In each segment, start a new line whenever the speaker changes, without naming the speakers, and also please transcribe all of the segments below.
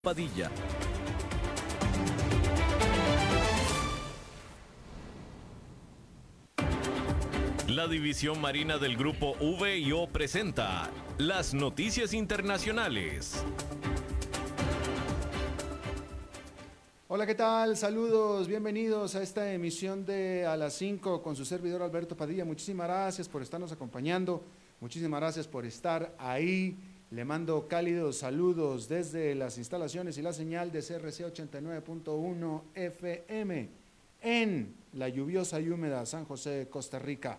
Padilla. La División Marina del Grupo VIO presenta las noticias internacionales.
Hola, ¿qué tal? Saludos, bienvenidos a esta emisión de A las 5 con su servidor Alberto Padilla. Muchísimas gracias por estarnos acompañando, muchísimas gracias por estar ahí. Le mando cálidos saludos desde las instalaciones y la señal de CRC 89.1 FM en la lluviosa y húmeda San José, Costa Rica,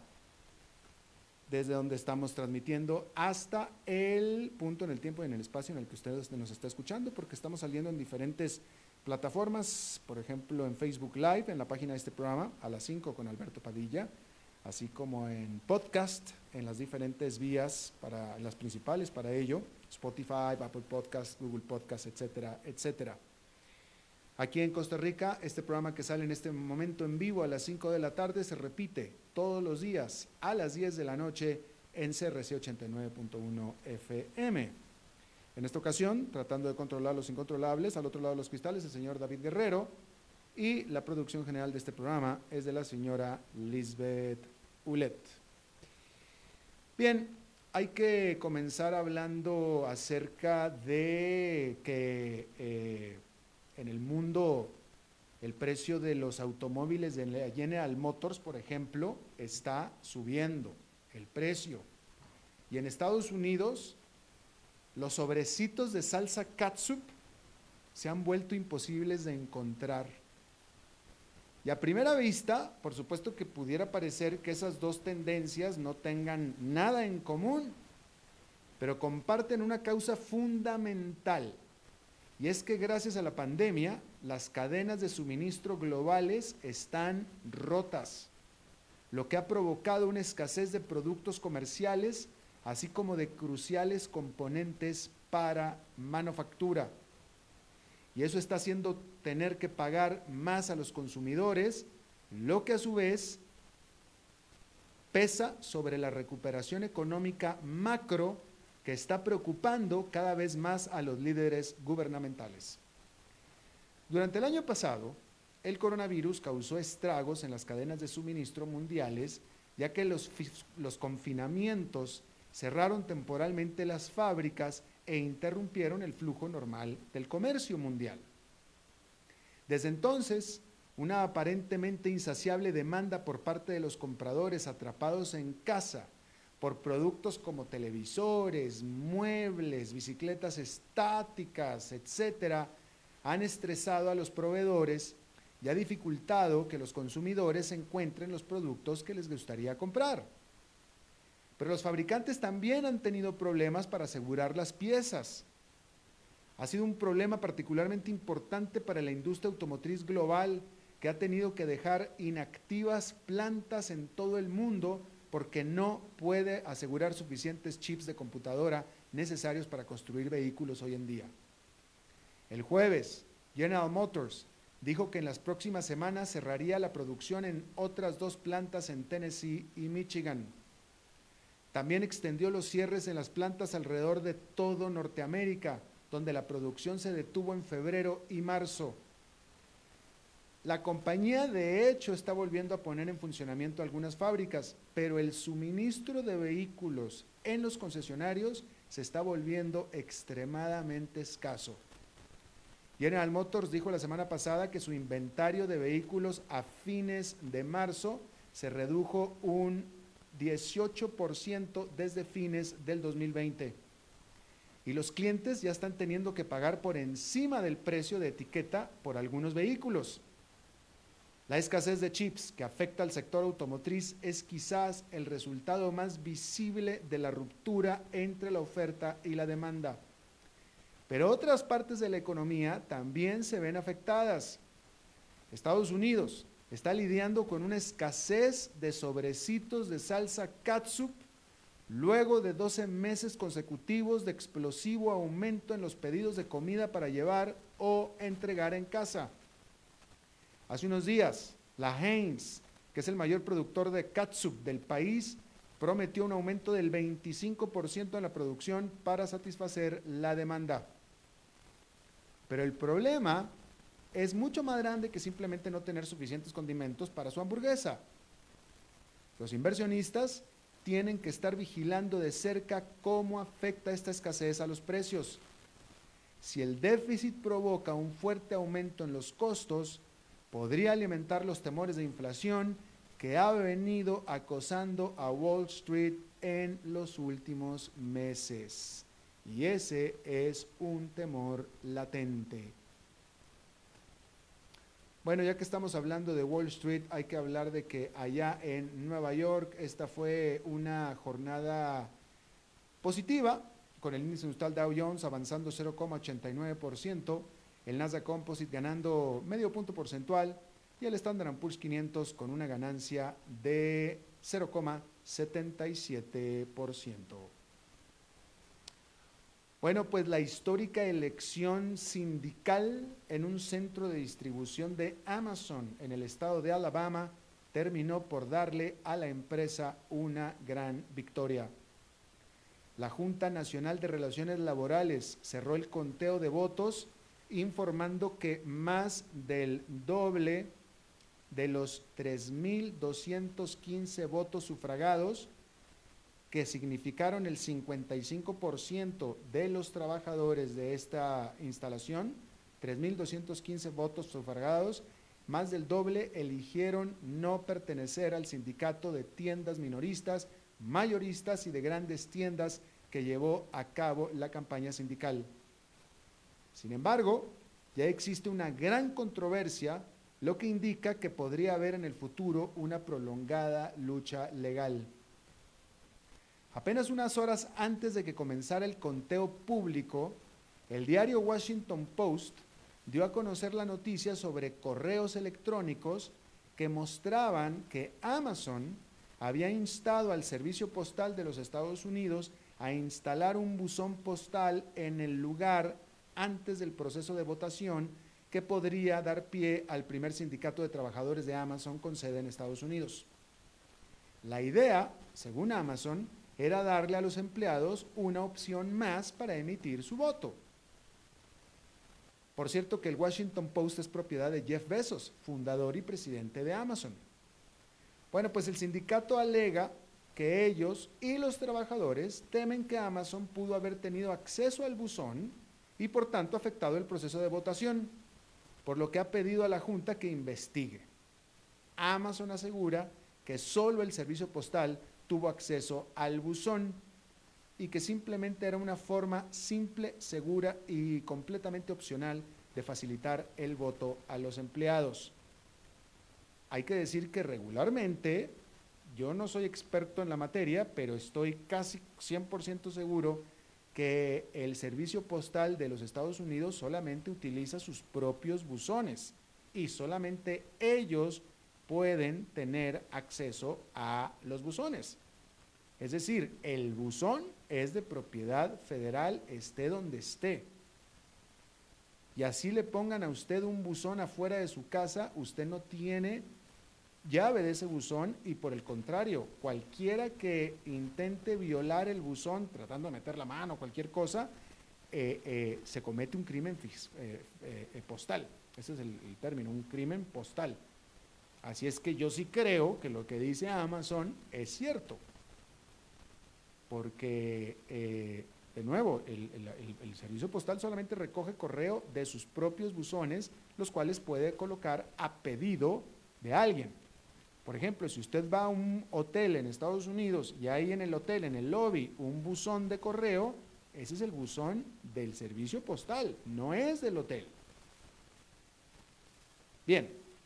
desde donde estamos transmitiendo hasta el punto en el tiempo y en el espacio en el que ustedes nos está escuchando, porque estamos saliendo en diferentes plataformas, por ejemplo en Facebook Live, en la página de este programa, A las 5 con Alberto Padilla, así como en podcast, en las diferentes vías, para las principales para ello, Spotify, Apple Podcast, Google Podcast, etcétera, etcétera. Aquí en Costa Rica, este programa que sale en este momento en vivo a las 5 de la tarde se repite todos los días a las 10 de la noche en CRC 89.1 FM. En esta ocasión, tratando de controlar los incontrolables, al otro lado de los cristales, el señor David Guerrero, y la producción general de este programa es de la señora Lisbeth Ulet. Bien, hay que comenzar hablando acerca de que en el mundo el precio de los automóviles de General Motors, por ejemplo, está subiendo el precio. Y en Estados Unidos, los sobrecitos de salsa catsup se han vuelto imposibles de encontrar. Y a primera vista, por supuesto que pudiera parecer que esas dos tendencias no tengan nada en común, pero comparten una causa fundamental. Y es que gracias a la pandemia, las cadenas de suministro globales están rotas, lo que ha provocado una escasez de productos comerciales, así como de cruciales componentes para manufactura. Y eso está haciendo tener que pagar más a los consumidores, lo que a su vez pesa sobre la recuperación económica macro que está preocupando cada vez más a los líderes gubernamentales. Durante el año pasado, el coronavirus causó estragos en las cadenas de suministro mundiales, ya que los confinamientos cerraron temporalmente las fábricas e interrumpieron el flujo normal del comercio mundial. Desde entonces, una aparentemente insaciable demanda por parte de los compradores atrapados en casa por productos como televisores, muebles, bicicletas estáticas, etcétera, han estresado a los proveedores y ha dificultado que los consumidores encuentren los productos que les gustaría comprar. Pero los fabricantes también han tenido problemas para asegurar las piezas. Ha sido un problema particularmente importante para la industria automotriz global, que ha tenido que dejar inactivas plantas en todo el mundo porque no puede asegurar suficientes chips de computadora necesarios para construir vehículos hoy en día. El jueves, General Motors dijo que en las próximas semanas cerraría la producción en otras 2 plantas en Tennessee y Michigan. También extendió los cierres en las plantas alrededor de todo Norteamérica, donde la producción se detuvo en febrero y marzo. La compañía de hecho está volviendo a poner en funcionamiento algunas fábricas, pero el suministro de vehículos en los concesionarios se está volviendo extremadamente escaso. General Motors dijo la semana pasada que su inventario de vehículos a fines de marzo se redujo un 18% desde fines del 2020. Y los clientes ya están teniendo que pagar por encima del precio de etiqueta por algunos vehículos. La escasez de chips que afecta al sector automotriz es quizás el resultado más visible de la ruptura entre la oferta y la demanda. Pero otras partes de la economía también se ven afectadas. Estados Unidos está lidiando con una escasez de sobrecitos de salsa catsup luego de 12 meses consecutivos de explosivo aumento en los pedidos de comida para llevar o entregar en casa. Hace unos días, la Heinz, que es el mayor productor de catsup del país, prometió un aumento del 25% en la producción para satisfacer la demanda. Pero el problema es mucho más grande que simplemente no tener suficientes condimentos para su hamburguesa. Los inversionistas tienen que estar vigilando de cerca cómo afecta esta escasez a los precios. Si el déficit provoca un fuerte aumento en los costos, podría alimentar los temores de inflación que ha venido acosando a Wall Street en los últimos meses. Y ese es un temor latente. Bueno, ya que estamos hablando de Wall Street, hay que hablar de que allá en Nueva York esta fue una jornada positiva, con el índice industrial Dow Jones avanzando 0,89%, el Nasdaq Composite ganando medio punto porcentual y el Standard & Poor's 500 con una ganancia de 0,77%. Bueno, pues la histórica elección sindical en un centro de distribución de Amazon en el estado de Alabama terminó por darle a la empresa una gran victoria. La Junta Nacional de Relaciones Laborales cerró el conteo de votos informando que más del doble de los 3.215 votos sufragados, que significaron el 55% de los trabajadores de esta instalación, 3.215 votos sufragados, más del doble eligieron no pertenecer al sindicato de tiendas minoristas, mayoristas y de grandes tiendas que llevó a cabo la campaña sindical. Sin embargo, ya existe una gran controversia, lo que indica que podría haber en el futuro una prolongada lucha legal. Apenas unas horas antes de que comenzara el conteo público, el diario Washington Post dio a conocer la noticia sobre correos electrónicos que mostraban que Amazon había instado al Servicio Postal de los Estados Unidos a instalar un buzón postal en el lugar antes del proceso de votación que podría dar pie al primer sindicato de trabajadores de Amazon con sede en Estados Unidos. La idea, según Amazon, era darle a los empleados una opción más para emitir su voto. Por cierto que el Washington Post es propiedad de Jeff Bezos, fundador y presidente de Amazon. Bueno, pues el sindicato alega que ellos y los trabajadores temen que Amazon pudo haber tenido acceso al buzón y por tanto afectado el proceso de votación, por lo que ha pedido a la Junta que investigue. Amazon asegura que solo el servicio postal tuvo acceso al buzón y que simplemente era una forma simple, segura y completamente opcional de facilitar el voto a los empleados. Hay que decir que regularmente, yo no soy experto en la materia, pero estoy casi 100% seguro que el servicio postal de los Estados Unidos solamente utiliza sus propios buzones y solamente ellos pueden tener acceso a los buzones. Es decir, el buzón es de propiedad federal, esté donde esté. Y así le pongan a usted un buzón afuera de su casa, usted no tiene llave de ese buzón y por el contrario, cualquiera que intente violar el buzón tratando de meter la mano o cualquier cosa, se comete un crimen postal. Ese es el término, un crimen postal. Así es que yo sí creo que lo que dice Amazon es cierto. Porque, de nuevo, el servicio postal solamente recoge correo de sus propios buzones, los cuales puede colocar a pedido de alguien. Por ejemplo, si usted va a un hotel en Estados Unidos y hay en el hotel, en el lobby, un buzón de correo, ese es el buzón del servicio postal, no es del hotel. Bien,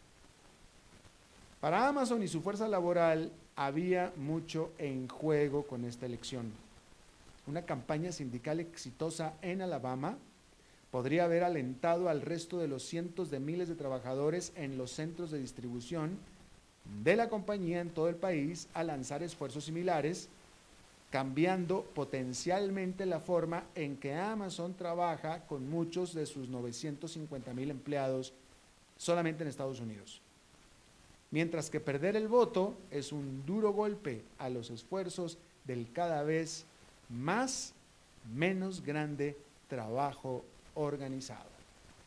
para Amazon y su fuerza laboral había mucho en juego con esta elección. Una campaña sindical exitosa en Alabama podría haber alentado al resto de los cientos de miles de trabajadores en los centros de distribución de la compañía en todo el país a lanzar esfuerzos similares, cambiando potencialmente la forma en que Amazon trabaja con muchos de sus 950,000 empleados solamente en Estados Unidos. Mientras que perder el voto es un duro golpe a los esfuerzos del cada vez menos grande trabajo organizado.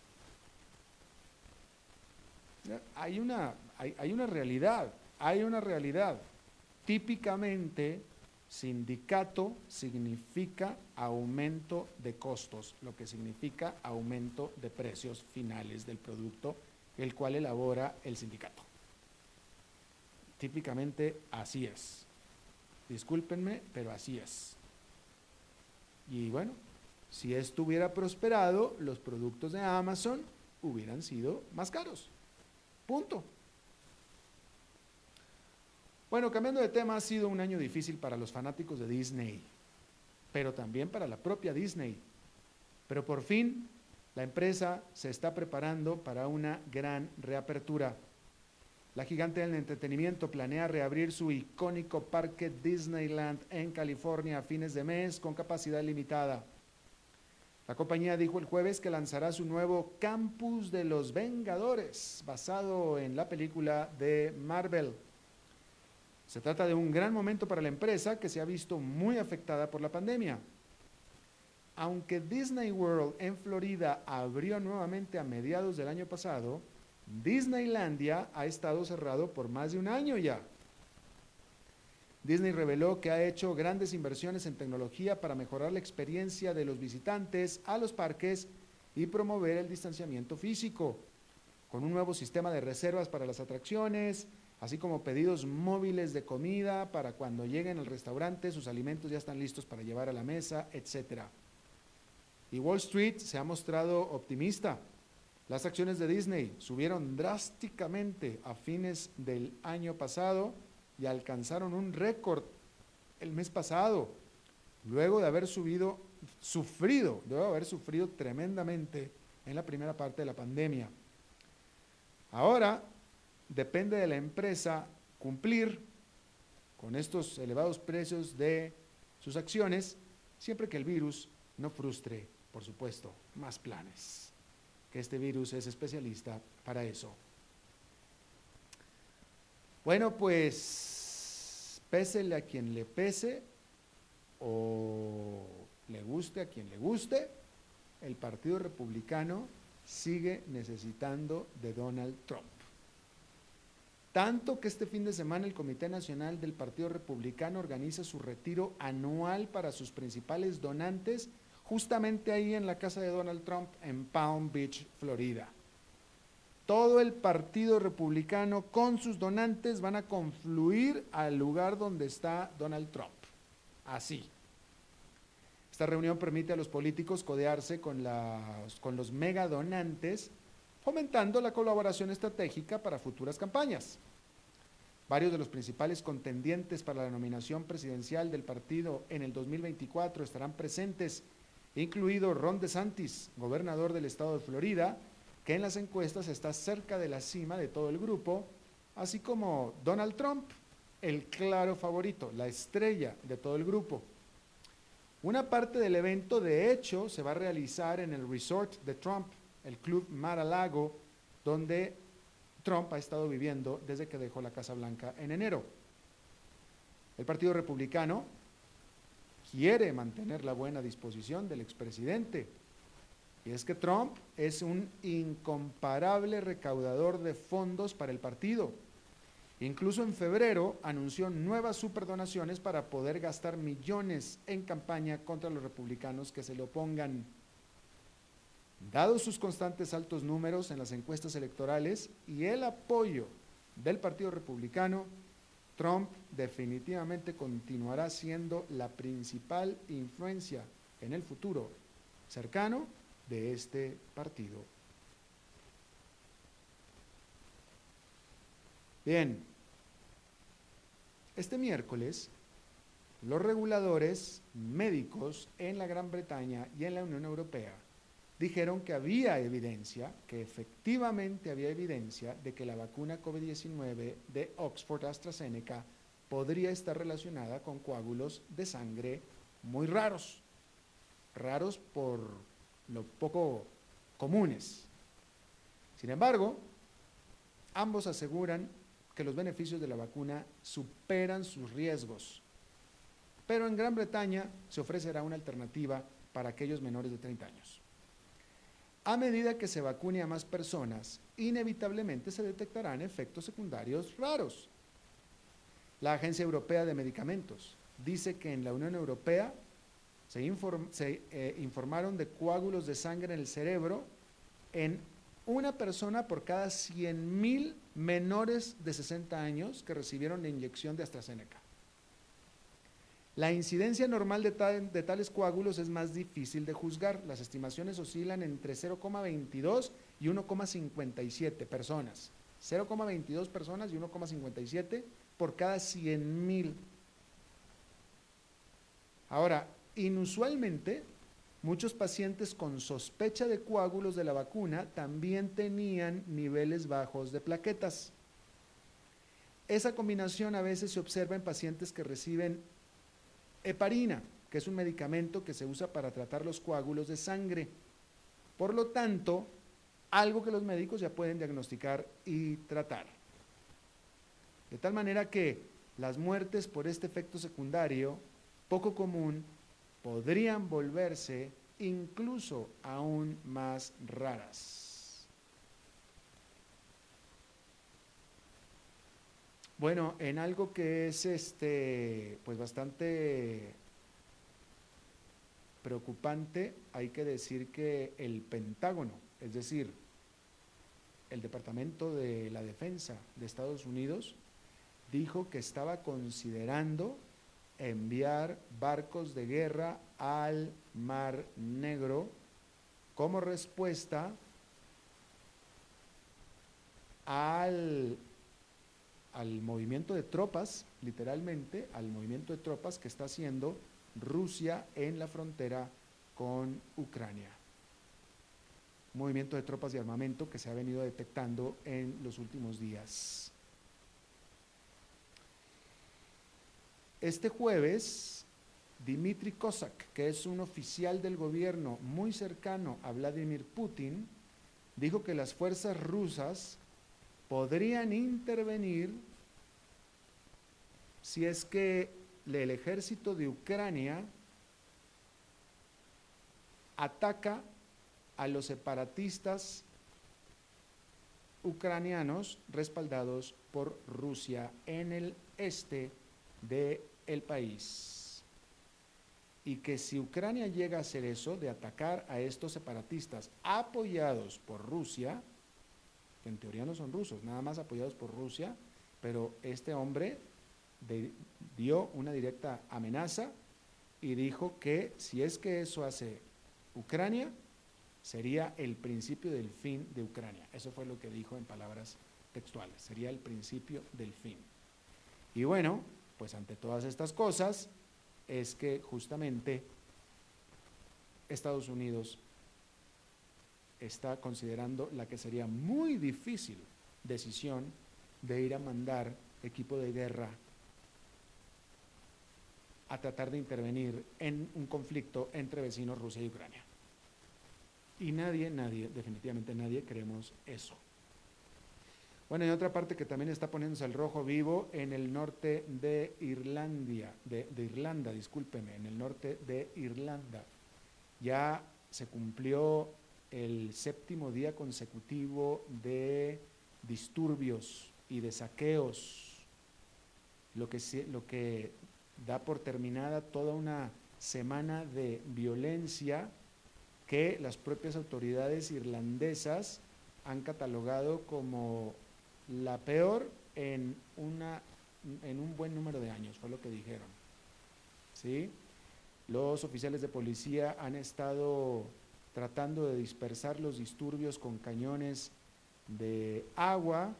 Hay una realidad, hay una realidad. Típicamente, sindicato significa aumento de costos, lo que significa aumento de precios finales del producto, el cual elabora el sindicato. Típicamente así es. Discúlpenme, pero así es. Y bueno, si esto hubiera prosperado, los productos de Amazon hubieran sido más caros. Punto. Bueno, cambiando de tema, ha sido un año difícil para los fanáticos de Disney, pero también para la propia Disney. Pero por fin, la empresa se está preparando para una gran reapertura. La gigante del entretenimiento planea reabrir su icónico parque Disneyland en California a fines de mes con capacidad limitada. La compañía dijo el jueves que lanzará su nuevo Campus de los Vengadores, basado en la película de Marvel. Se trata de un gran momento para la empresa que se ha visto muy afectada por la pandemia. Aunque Disney World en Florida abrió nuevamente a mediados del año pasado, Disneylandia ha estado cerrado por más de un año ya. Disney reveló que ha hecho grandes inversiones en tecnología para mejorar la experiencia de los visitantes a los parques y promover el distanciamiento físico, con un nuevo sistema de reservas para las atracciones, así como pedidos móviles de comida para cuando lleguen al restaurante, sus alimentos ya están listos para llevar a la mesa, etc. Y Wall Street se ha mostrado optimista. Las acciones de Disney subieron drásticamente a fines del año pasado y alcanzaron un récord el mes pasado, luego de haber sufrido tremendamente en la primera parte de la pandemia. Ahora depende de la empresa cumplir con estos elevados precios de sus acciones, siempre que el virus no frustre, por supuesto, más planes, que este virus es especialista para eso. Bueno, pues, pésele a quien le pese, o le guste a quien le guste, el Partido Republicano sigue necesitando de Donald Trump. Tanto que este fin de semana el Comité Nacional del Partido Republicano organiza su retiro anual para sus principales donantes, justamente ahí en la casa de Donald Trump en Palm Beach, Florida. Todo el Partido Republicano con sus donantes van a confluir al lugar donde está Donald Trump. Así. Esta reunión permite a los políticos codearse con los mega donantes, fomentando la colaboración estratégica para futuras campañas. Varios de los principales contendientes para la nominación presidencial del partido en el 2024 estarán presentes, incluido Ron DeSantis, gobernador del estado de Florida, que en las encuestas está cerca de la cima de todo el grupo, así como Donald Trump, el claro favorito, la estrella de todo el grupo. Una parte del evento, de hecho, se va a realizar en el resort de Trump, el Club Mar-a-Lago, donde Trump ha estado viviendo desde que dejó la Casa Blanca en enero. El Partido Republicano quiere mantener la buena disposición del expresidente, y es que Trump es un incomparable recaudador de fondos para el partido. Incluso en febrero anunció nuevas superdonaciones para poder gastar millones en campaña contra los republicanos que se le opongan. Dados sus constantes altos números en las encuestas electorales y el apoyo del Partido Republicano, Trump definitivamente continuará siendo la principal influencia en el futuro cercano de este partido. Bien, este miércoles los reguladores médicos en la Gran Bretaña y en la Unión Europea dijeron que había evidencia, que efectivamente había evidencia de que la vacuna COVID-19 de Oxford AstraZeneca podría estar relacionada con coágulos de sangre muy raros por lo poco comunes. Sin embargo, ambos aseguran que los beneficios de la vacuna superan sus riesgos, pero en Gran Bretaña se ofrecerá una alternativa para aquellos menores de 30 años. A medida que se vacune a más personas, inevitablemente se detectarán efectos secundarios raros. La Agencia Europea de Medicamentos dice que en la Unión Europea se informaron de coágulos de sangre en el cerebro en una persona por cada 100,000 menores de 60 años que recibieron la inyección de AstraZeneca. La incidencia normal de tales coágulos es más difícil de juzgar. Las estimaciones oscilan entre 0,22 y 1,57 personas. 0,22 personas y 1,57 por cada 100,000. Ahora, inusualmente, muchos pacientes con sospecha de coágulos de la vacuna también tenían niveles bajos de plaquetas. Esa combinación a veces se observa en pacientes que reciben heparina, que es un medicamento que se usa para tratar los coágulos de sangre. Por lo tanto, algo que los médicos ya pueden diagnosticar y tratar. De tal manera que las muertes por este efecto secundario, poco común, podrían volverse incluso aún más raras. Bueno, en algo que es pues bastante preocupante, hay que decir que el Pentágono, es decir, el Departamento de la Defensa de Estados Unidos, dijo que estaba considerando enviar barcos de guerra al Mar Negro como respuesta al movimiento de tropas, literalmente, al movimiento de tropas que está haciendo Rusia en la frontera con Ucrania. Un movimiento de tropas y armamento que se ha venido detectando en los últimos días. Este jueves, Dmitry Kozak, que es un oficial del gobierno muy cercano a Vladimir Putin, dijo que las fuerzas rusas podrían intervenir si es que el ejército de Ucrania ataca a los separatistas ucranianos respaldados por Rusia en el este del país. Y que si Ucrania llega a hacer eso, de atacar a estos separatistas apoyados por Rusia, que en teoría no son rusos, nada más apoyados por Rusia, pero este hombre dio una directa amenaza y dijo que si es que eso hace Ucrania, sería el principio del fin de Ucrania. Eso fue lo que dijo en palabras textuales, sería el principio del fin. Y bueno, pues ante todas estas cosas es que justamente Estados Unidos está considerando la que sería muy difícil decisión de ir a mandar equipo de guerra a tratar de intervenir en un conflicto entre vecinos Rusia y Ucrania. Y nadie, definitivamente nadie queremos eso. Bueno, y otra parte que también está poniéndose al rojo vivo en el norte de Irlanda, en el norte de Irlanda. Ya se cumplió el 7º día consecutivo de disturbios y de saqueos, lo que da por terminada toda una semana de violencia que las propias autoridades irlandesas han catalogado como la peor en un buen número de años, fue lo que dijeron. ¿Sí? Los oficiales de policía han estado tratando de dispersar los disturbios con cañones de agua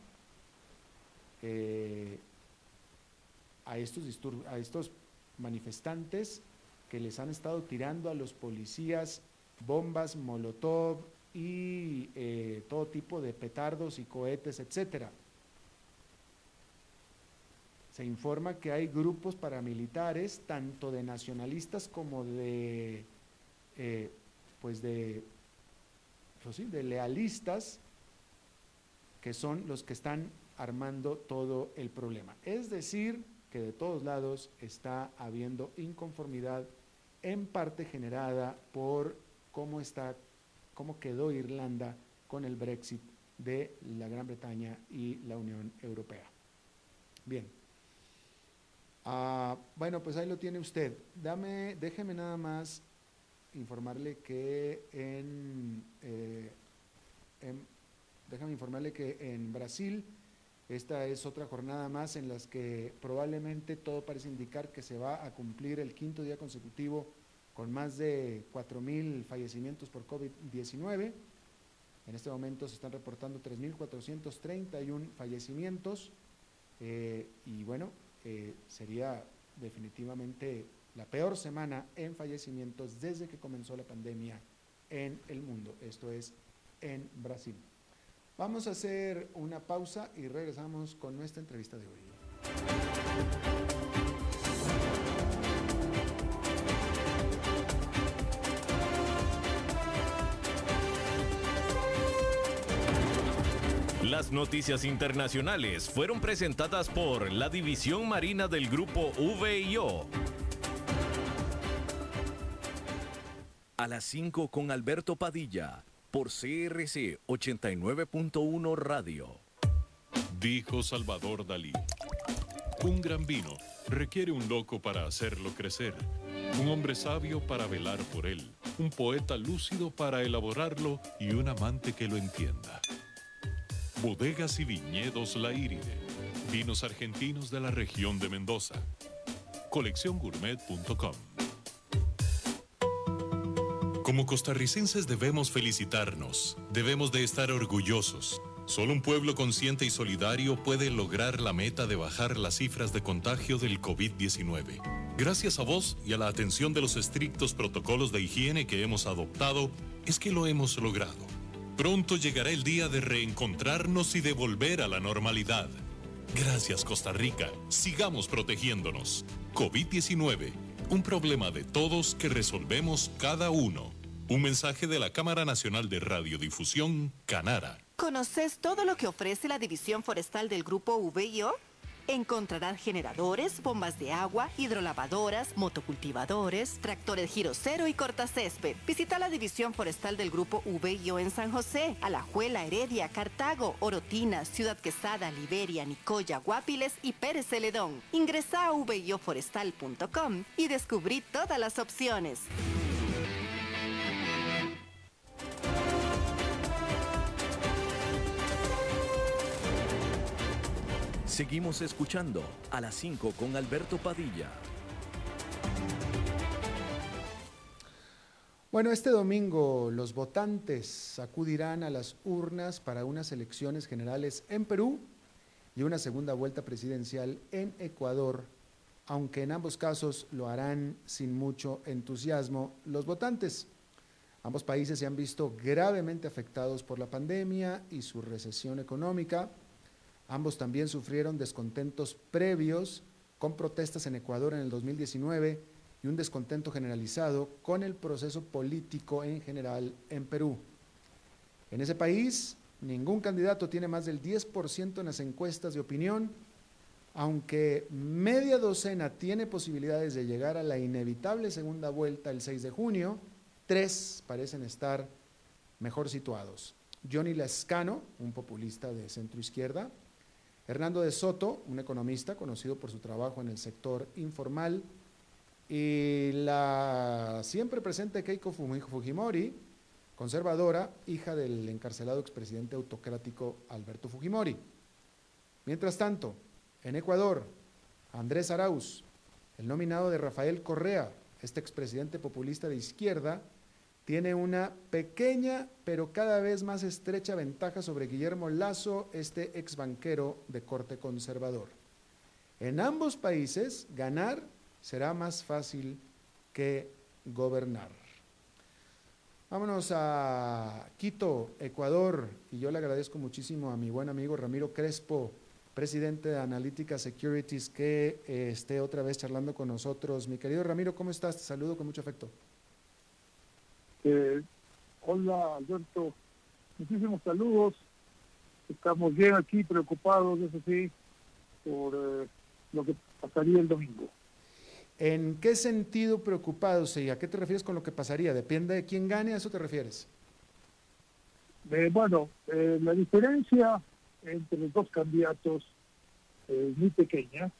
a estos manifestantes que les han estado tirando a los policías bombas molotov y todo tipo de petardos y cohetes, etcétera. Se informa que hay grupos paramilitares, tanto de nacionalistas como de lealistas, que son los que están armando todo el problema. Es decir, que de todos lados está habiendo inconformidad, en parte generada por cómo cómo quedó Irlanda con el Brexit de la Gran Bretaña y la Unión Europea. Bien. Bueno, pues ahí lo tiene usted. Déjeme nada más informarle que déjame informarle que en Brasil esta es otra jornada más en las que probablemente todo parece indicar que se va a cumplir el quinto día consecutivo con más de 4,000 fallecimientos por COVID-19. En este momento se están reportando 3,431 fallecimientos y bueno, sería definitivamente la peor semana en fallecimientos desde que comenzó la pandemia en el mundo, esto es en Brasil. Vamos a hacer una pausa y regresamos con nuestra entrevista de hoy.
Las noticias internacionales fueron presentadas por la División Marina del Grupo VIO.
A las 5 con Alberto Padilla, por CRC 89.1 Radio.
Dijo Salvador Dalí: un gran vino requiere un loco para hacerlo crecer, un hombre sabio para velar por él, un poeta lúcido para elaborarlo y un amante que lo entienda. Bodegas y viñedos La Iride, vinos argentinos de la región de Mendoza. Colecciongourmet.com. Como costarricenses debemos felicitarnos, debemos de estar orgullosos. Solo un pueblo consciente y solidario puede lograr la meta de bajar las cifras de contagio del COVID-19. Gracias a vos y a la atención de los estrictos protocolos de higiene que hemos adoptado, es que lo hemos logrado. Pronto llegará el día de reencontrarnos y de volver a la normalidad. Gracias, Costa Rica. Sigamos protegiéndonos. COVID-19, un problema de todos que resolvemos cada uno. Un mensaje de la Cámara Nacional de Radiodifusión, Canara.
¿Conoces todo lo que ofrece la División Forestal del Grupo VIO? Encontrarás generadores, bombas de agua, hidrolavadoras, motocultivadores, tractores giro cero y cortacésped. Visita la División Forestal del Grupo VIO en San José, Alajuela, Heredia, Cartago, Orotina, Ciudad Quesada, Liberia, Nicoya, Guapiles y Pérez Celedón. Ingresa a vioforestal.com y descubrí todas las opciones.
Seguimos escuchando a las 5 con Alberto Padilla.
Bueno, este domingo los votantes acudirán a las urnas para unas elecciones generales en Perú y una segunda vuelta presidencial en Ecuador, aunque en ambos casos lo harán sin mucho entusiasmo los votantes. Ambos países se han visto gravemente afectados por la pandemia y su recesión económica. Ambos también sufrieron descontentos previos con protestas en Ecuador en el 2019 y un descontento generalizado con el proceso político en general en Perú. En ese país, ningún candidato tiene más del 10% en las encuestas de opinión, aunque media docena tiene posibilidades de llegar a la inevitable segunda vuelta el 6 de junio, 3 parecen estar mejor situados. Johnny Lescano, un populista de centro izquierda, Hernando de Soto, un economista conocido por su trabajo en el sector informal, y la siempre presente Keiko Fujimori, conservadora, hija del encarcelado expresidente autocrático Alberto Fujimori. Mientras tanto, en Ecuador, Andrés Arauz, el nominado de Rafael Correa, este expresidente populista de izquierda, tiene una pequeña pero cada vez más estrecha ventaja sobre Guillermo Lasso, este exbanquero de corte conservador. En ambos países, ganar será más fácil que gobernar. Vámonos a Quito, Ecuador, y yo le agradezco muchísimo a mi buen amigo Ramiro Crespo, presidente de Analytica Securities, que esté otra vez charlando con nosotros. Mi querido Ramiro, ¿cómo estás? Te saludo con mucho afecto.
Hola Alberto, muchísimos saludos. Estamos bien aquí, preocupados, eso sí, por lo que pasaría el domingo.
¿En qué sentido preocupados? ¿Y a qué te refieres con lo que pasaría? ¿Depende de quién gane? ¿A eso te refieres?
La diferencia entre los dos candidatos es muy pequeña.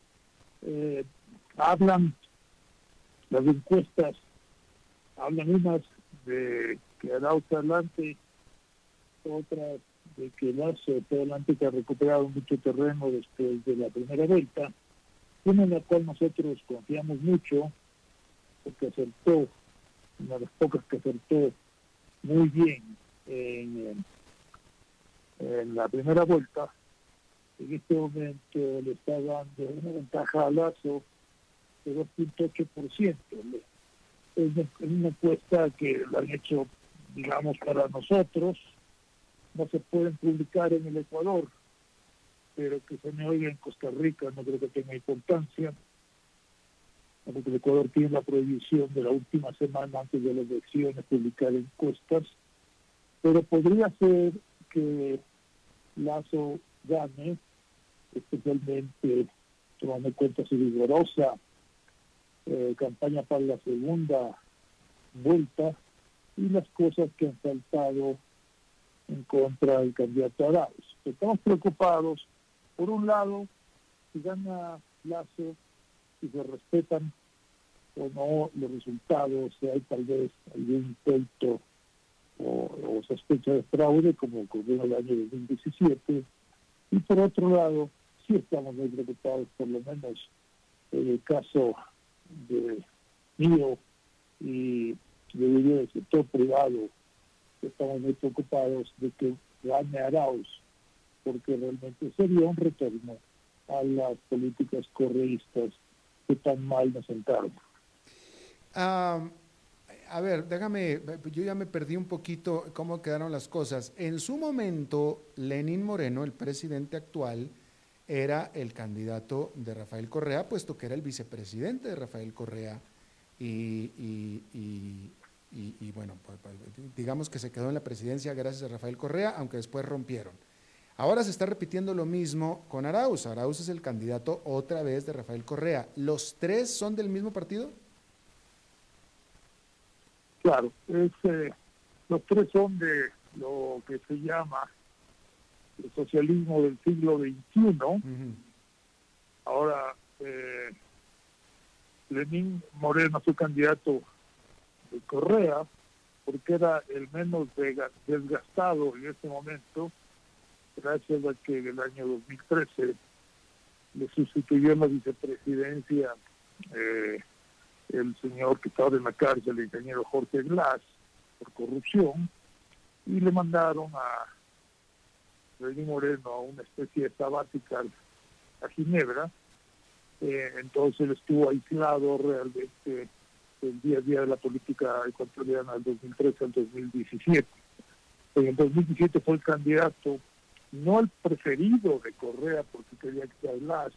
Las encuestas hablan unas de que Arauz adelante, otras de que Lasso está adelante, que ha recuperado mucho terreno después de la primera vuelta, una en la cual nosotros confiamos mucho, porque acertó, una de las pocas que acertó muy bien en la primera vuelta. En este momento le está dando una ventaja a Lasso de 2.8%. Es una encuesta que la han hecho, digamos, para nosotros. No se pueden publicar en el Ecuador, pero que se me oiga en Costa Rica no creo que tenga importancia, porque el Ecuador tiene la prohibición de la última semana antes de las elecciones publicar encuestas, pero podría ser que Lasso gane, especialmente tomando en cuenta su vigorosa campaña para la segunda vuelta y las cosas que han faltado en contra del candidato Arauz. Estamos preocupados, por un lado, si gana Lasso, si se respetan o no los resultados, si hay tal vez algún intento o sospecha de fraude, como ocurrió en el año 2017, y por otro lado, sí estamos muy preocupados, por lo menos en el caso de mío y del sector privado, estamos muy preocupados de que gane Arauz, porque realmente sería un retorno a las políticas correístas que tan mal nos sentaron.
A ver, déjame, yo ya me perdí un poquito cómo quedaron las cosas. En su momento, Lenín Moreno, el presidente actual, era el candidato de Rafael Correa, puesto que era el vicepresidente de Rafael Correa y bueno, pues, digamos que se quedó en la presidencia gracias a Rafael Correa, aunque después rompieron. Ahora se está repitiendo lo mismo con Arauz. Arauz es el candidato otra vez de Rafael Correa. ¿Los tres son del mismo partido?
Claro, los tres son de lo que se llama el socialismo del siglo XXI. Uh-huh. Ahora, Lenín Moreno fue candidato de Correa porque era el menos desgastado en ese momento, gracias a que en el año 2013 le sustituyó en la vicepresidencia el señor que estaba en la cárcel, el ingeniero Jorge Glass, por corrupción, y le mandaron a Lenín Moreno a una especie de sabática a Ginebra. Entonces él estuvo aislado realmente el día a día de la política ecuatoriana del 2013 al 2017. En el 2017 fue el candidato, no el preferido de Correa, porque quería que sea Glass,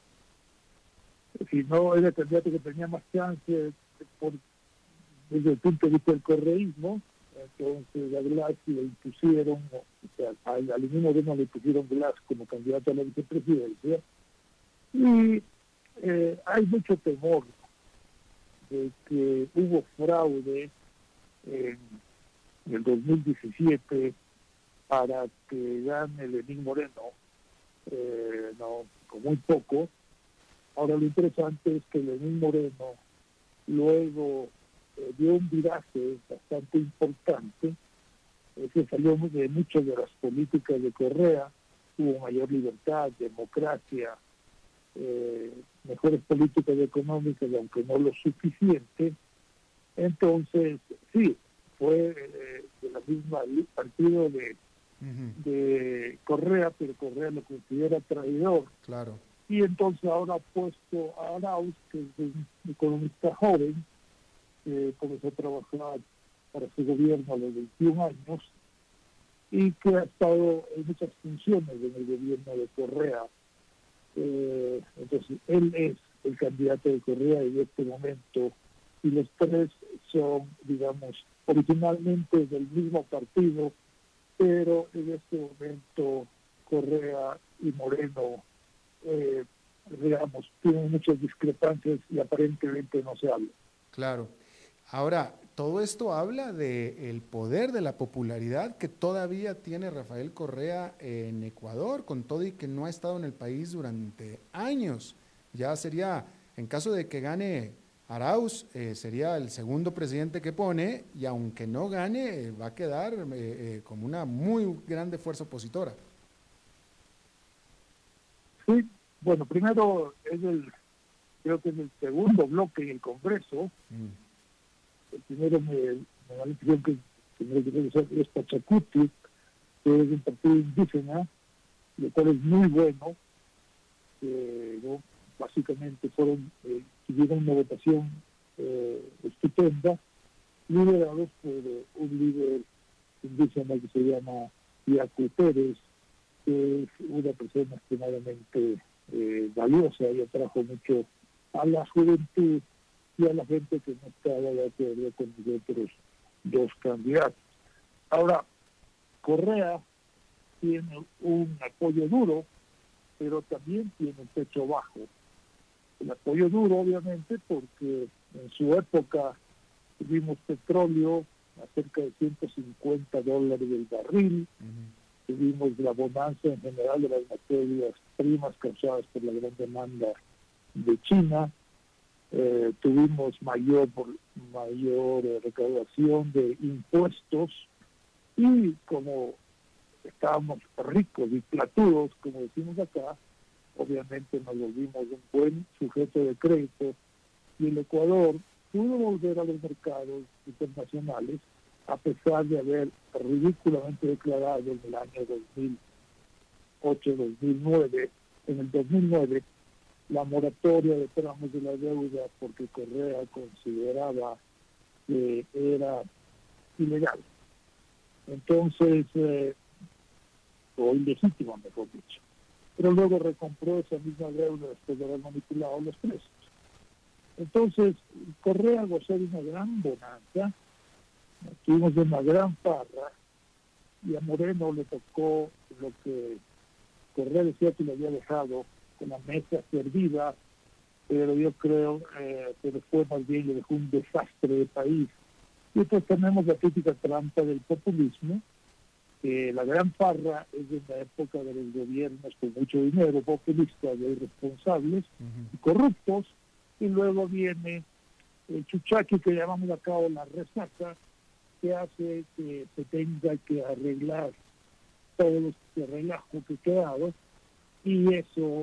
sino era el candidato que tenía más chance desde el punto de vista del correísmo. Entonces a Glass le impusieron, o sea, al Lenín Moreno le impusieron Glass como candidato a la vicepresidencia, y hay mucho temor de que hubo fraude en el 2017 para que gane Lenín Moreno, no, con muy poco. Ahora lo interesante es que Lenín Moreno luego dio un viraje bastante importante, se salió de muchas de las políticas de Correa, hubo mayor libertad, democracia, mejores políticas económicas, aunque no lo suficiente. Entonces, sí, fue de la misma partido de Correa, pero Correa lo considera traidor.
Claro.
Y entonces ahora ha puesto a Arauz, que es un economista joven, que comenzó a trabajar para su gobierno a los 21 años y que ha estado en muchas funciones en el gobierno de Correa. Entonces, él es el candidato de Correa en este momento, y los tres son, digamos, originalmente del mismo partido, pero en este momento Correa y Moreno, digamos, tienen muchas discrepancias y aparentemente no se hablan.
Claro. Ahora, todo esto habla del poder, de la popularidad que todavía tiene Rafael Correa en Ecuador, con todo y que no ha estado en el país durante años. Ya sería, en caso de que gane Arauz, sería el segundo presidente que pone, y aunque no gane, va a quedar como una muy grande fuerza opositora.
Sí, bueno, primero creo que es el segundo bloque en el Congreso. El primero me da la impresión que es Pachacuti, que es un partido indígena, lo cual es muy bueno. ¿No? Básicamente tuvieron una votación estupenda, liderados por un líder indígena que se llama Iacu Pérez, que es una persona extremadamente valiosa y atrajo mucho a la juventud y a la gente que no estaba de acuerdo con los otros dos candidatos. Ahora, Correa tiene un apoyo duro, pero también tiene un techo bajo. El apoyo duro, obviamente, porque en su época tuvimos petróleo a cerca de $150 el barril, tuvimos la bonanza en general de las materias primas causadas por la gran demanda de China, tuvimos mayor recaudación de impuestos, y como estábamos ricos y platudos, como decimos acá, obviamente nos volvimos un buen sujeto de crédito, y el Ecuador pudo volver a los mercados internacionales a pesar de haber ridículamente declarado en el año 2008-2009, en el 2009, la moratoria de tramos de la deuda, porque Correa consideraba que era ilegal. Entonces, o ilegítima, mejor dicho. Pero luego recompró esa misma deuda después de haber manipulado los precios. Entonces, Correa gozó de una gran bonanza, tuvimos una gran parra, y a Moreno le tocó lo que Correa decía que le había dejado con la mesa servida, pero yo creo que fue más bien, le dejó un desastre de país. Y entonces tenemos la típica trampa del populismo, que la gran farra es de la época de los gobiernos con mucho dinero, populistas, irresponsables y corruptos, y luego viene el chuchaqui que llamamos acá, o la resaca, que hace que se tenga que arreglar todo este relajo que ha quedado, y eso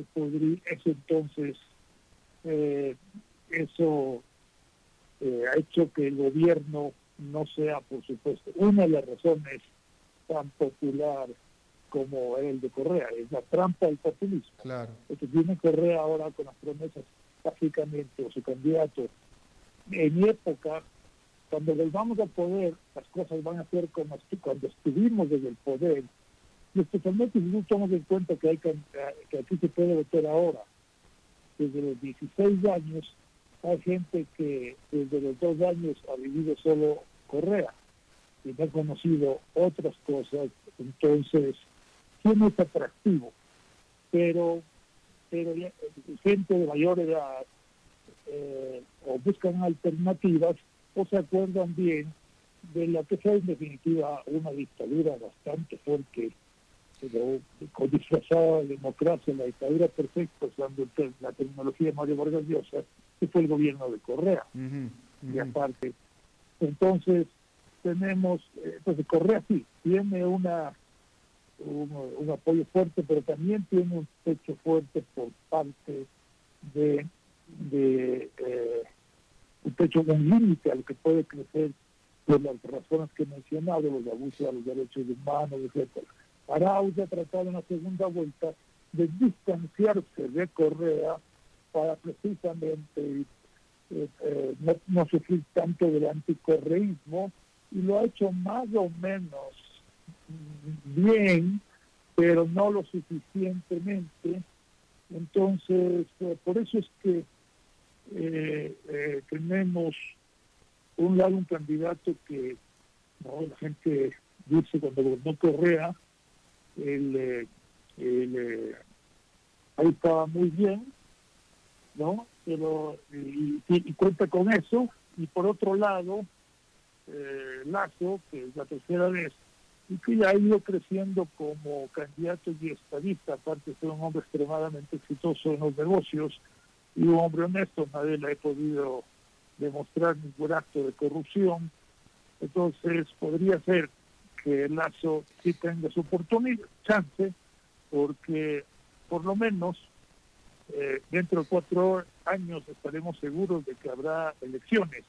ha hecho que el gobierno no sea, por supuesto, una de las razones tan popular como el de Correa, es la trampa del populismo.
Claro.
Porque tiene Correa ahora con las promesas, básicamente, o su candidato. En mi época, cuando volvamos al poder, las cosas van a ser como cuando estuvimos desde el poder, y especialmente si no tomamos en cuenta que aquí se puede votar ahora. Desde los 16 años hay gente que desde los 2 años ha vivido solo Correa y no ha conocido otras cosas, entonces sí no es atractivo, pero gente de mayor edad o buscan alternativas o se acuerdan bien de la que fue en definitiva una dictadura bastante fuerte, pero con disfrazada de democracia, la dictadura perfecta, usando la tecnología de Mario Vargas Llosa, que fue el gobierno de Correa. Y aparte, entonces Correa sí, tiene un apoyo fuerte, pero también tiene un techo fuerte por parte de un techo, un límite al que puede crecer por las razones que he mencionado, los abusos a los derechos humanos, etcétera. Arauz ha tratado en la segunda vuelta de distanciarse de Correa para precisamente no sufrir tanto del anticorreísmo, y lo ha hecho más o menos bien, pero no lo suficientemente. Entonces, por eso es que tenemos un lado un candidato que la gente dice cuando gobernó Correa, ahí estaba muy bien, ¿no? Pero y cuenta con eso. Y por otro lado, Lasso, que es la tercera vez, y que ya ha ido creciendo como candidato y estadista, aparte de ser un hombre extremadamente exitoso en los negocios y un hombre honesto. Nadie le ha podido demostrar ningún acto de corrupción. Entonces podría ser que Lasso sí tenga su oportunidad, chance, porque por lo menos dentro de 4 años estaremos seguros de que habrá elecciones.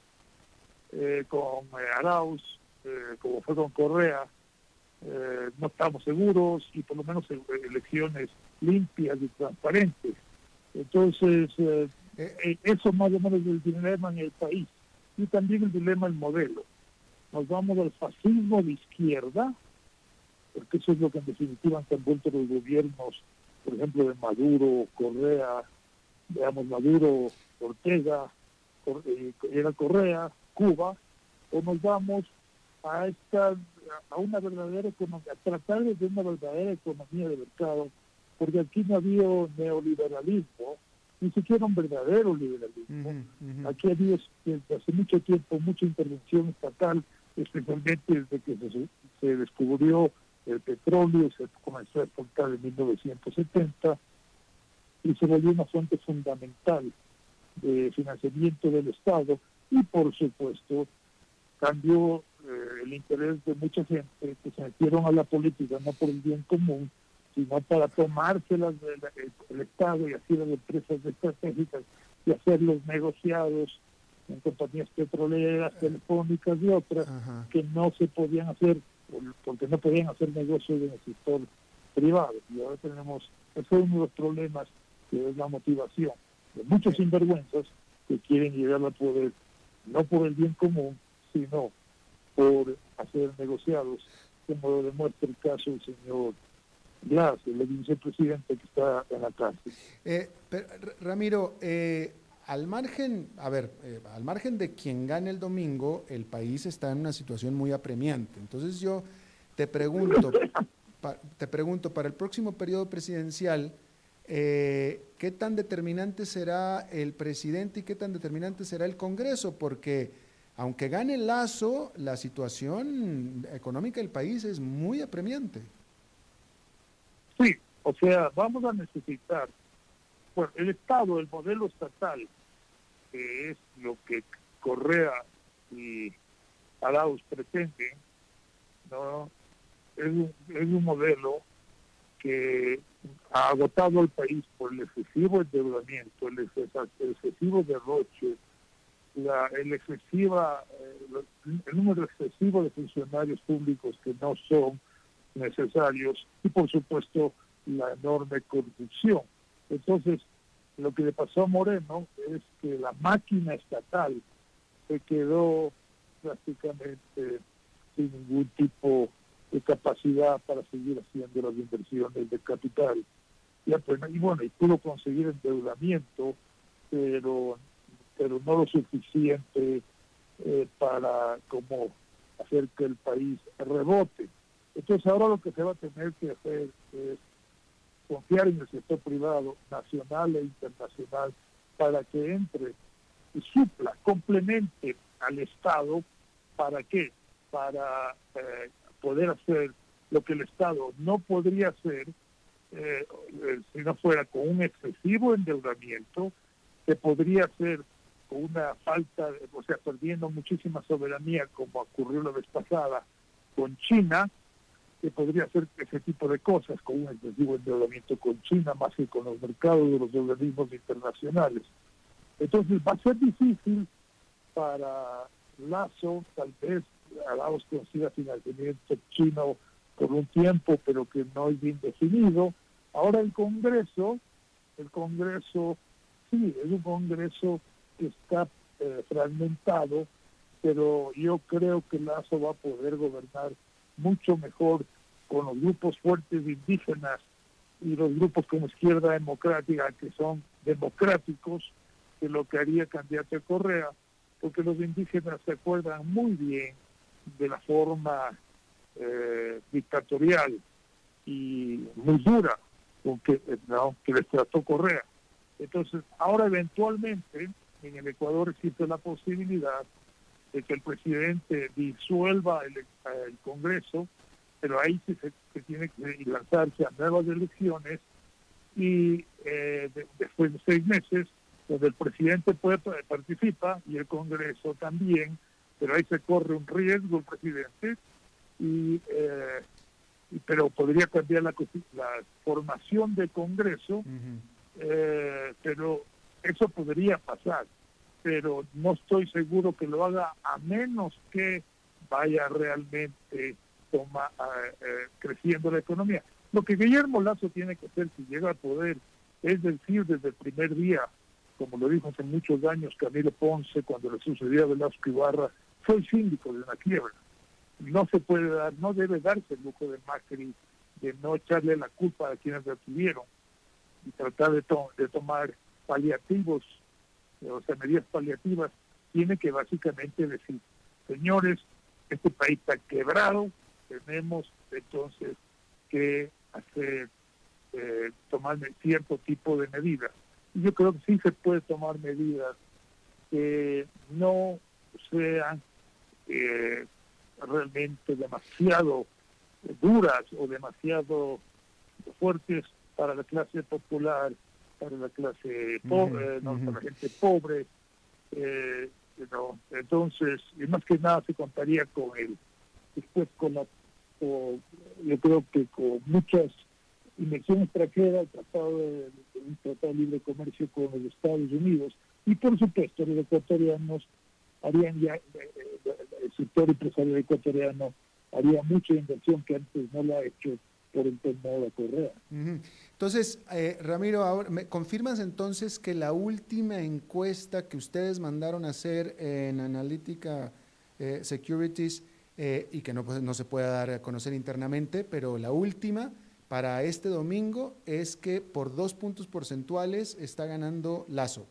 Con Arauz, como fue con Correa, no estamos seguros, y por lo menos elecciones limpias y transparentes. Entonces, eso más o menos es el dilema en el país, y también el dilema del modelo. Nos vamos al fascismo de izquierda, porque eso es lo que en definitiva han envuelto los gobiernos, por ejemplo, de Maduro, Correa, veamos, Maduro, Ortega, era Correa, Cuba, o nos vamos a una verdadera economía, a tratar de una verdadera economía de mercado, porque aquí no ha habido neoliberalismo, ni siquiera un verdadero liberalismo. Aquí ha habido desde hace mucho tiempo mucha intervención estatal, especialmente desde que se descubrió el petróleo, se comenzó a exportar en 1970, y se volvió una fuente fundamental de financiamiento del Estado, y por supuesto cambió el interés de mucha gente que se metieron a la política no por el bien común, sino para tomárselas del Estado y así las empresas estratégicas y hacer los negociados en compañías petroleras, telefónicas y otras que no se podían hacer porque no podían hacer negocios en el sector privado. Y ahora tenemos, ese es uno de los problemas, que es la motivación de muchos sinvergüenzas que quieren llegar al poder no por el bien común, sino por hacer negociados, como lo demuestra el caso del señor Glass, el vicepresidente que está en la cárcel.
Ramiro, al margen de quien gane el domingo, el país está en una situación muy apremiante. Entonces yo te pregunto, para el próximo periodo presidencial, ¿qué tan determinante será el presidente y qué tan determinante será el Congreso? Porque aunque gane Lasso, la situación económica del país es muy apremiante.
Sí, o sea, vamos a necesitar, bueno, el Estado, el modelo estatal, que es lo que Correa y Arauz pretenden, ¿no? Es un modelo que ha agotado al país por el excesivo endeudamiento, el excesivo derroche, el número excesivo de funcionarios públicos que no son necesarios, y por supuesto la enorme corrupción. Entonces, lo que le pasó a Moreno es que la máquina estatal se quedó prácticamente sin ningún tipo de capacidad para seguir haciendo las inversiones de capital. Y bueno, y pudo conseguir endeudamiento, pero no lo suficiente para como hacer que el país rebote. Entonces ahora lo que se va a tener que hacer es confiar en el sector privado, nacional e internacional, para que entre y supla, complemente al Estado. ¿Para qué? Para poder hacer lo que el Estado no podría hacer si no fuera con un excesivo endeudamiento, que podría hacer con una falta, o sea, perdiendo muchísima soberanía, como ocurrió la vez pasada con China, que podría hacer ese tipo de cosas con un excesivo endeudamiento con China, más que con los mercados de los organismos internacionales. Entonces va a ser difícil para Lasso, tal vez Arauz consiga financiamiento chino por un tiempo, pero que no es bien definido. Ahora el Congreso sí, es un Congreso que está fragmentado, pero yo creo que Lasso va a poder gobernar mucho mejor con los grupos fuertes indígenas y los grupos como Izquierda Democrática, que son democráticos, que lo que haría candidato a Correa, porque los indígenas se acuerdan muy bien de la forma dictatorial y muy dura con que les trató Correa. Entonces, ahora eventualmente en el Ecuador existe la posibilidad de que el presidente disuelva el Congreso, pero ahí sí se tiene que lanzarse a nuevas elecciones y después de 6 meses, donde el presidente participa y el Congreso también, pero ahí se corre un riesgo el presidente, pero podría cambiar la formación del Congreso, pero eso podría pasar, pero no estoy seguro que lo haga a menos que vaya realmente creciendo la economía. Lo que Guillermo Lasso tiene que hacer si llega al poder es decir desde el primer día, como lo dijo hace muchos años Camilo Ponce cuando le sucedió a Velasco Ibarra, soy síndico de una quiebra. No se puede dar, no debe darse el lujo de Macri de no echarle la culpa a quienes la tuvieron y tratar de tomar paliativos, o sea, medidas paliativas. Tiene que básicamente decir, señores, este país está quebrado, tenemos entonces que hacer, tomar cierto tipo de medidas. Y yo creo que sí se puede tomar medidas que no sean realmente demasiado duras o demasiado fuertes para la clase popular, para la clase pobre, para la gente pobre. Entonces, y más que nada se contaría con yo creo que con muchas inversiones extranjeras, un tratado de libre comercio con los Estados Unidos, y por supuesto los ecuatorianos harían ya, el sector empresarial ecuatoriano haría mucha inversión que antes no la ha hecho por el tema de la Correa.
Entonces, Ramiro, ahora, ¿me confirmas entonces que la última encuesta que ustedes mandaron a hacer en Analytica Securities, y que no se puede dar a conocer internamente, pero la última para este domingo es que por 2 puntos porcentuales está ganando Lasso?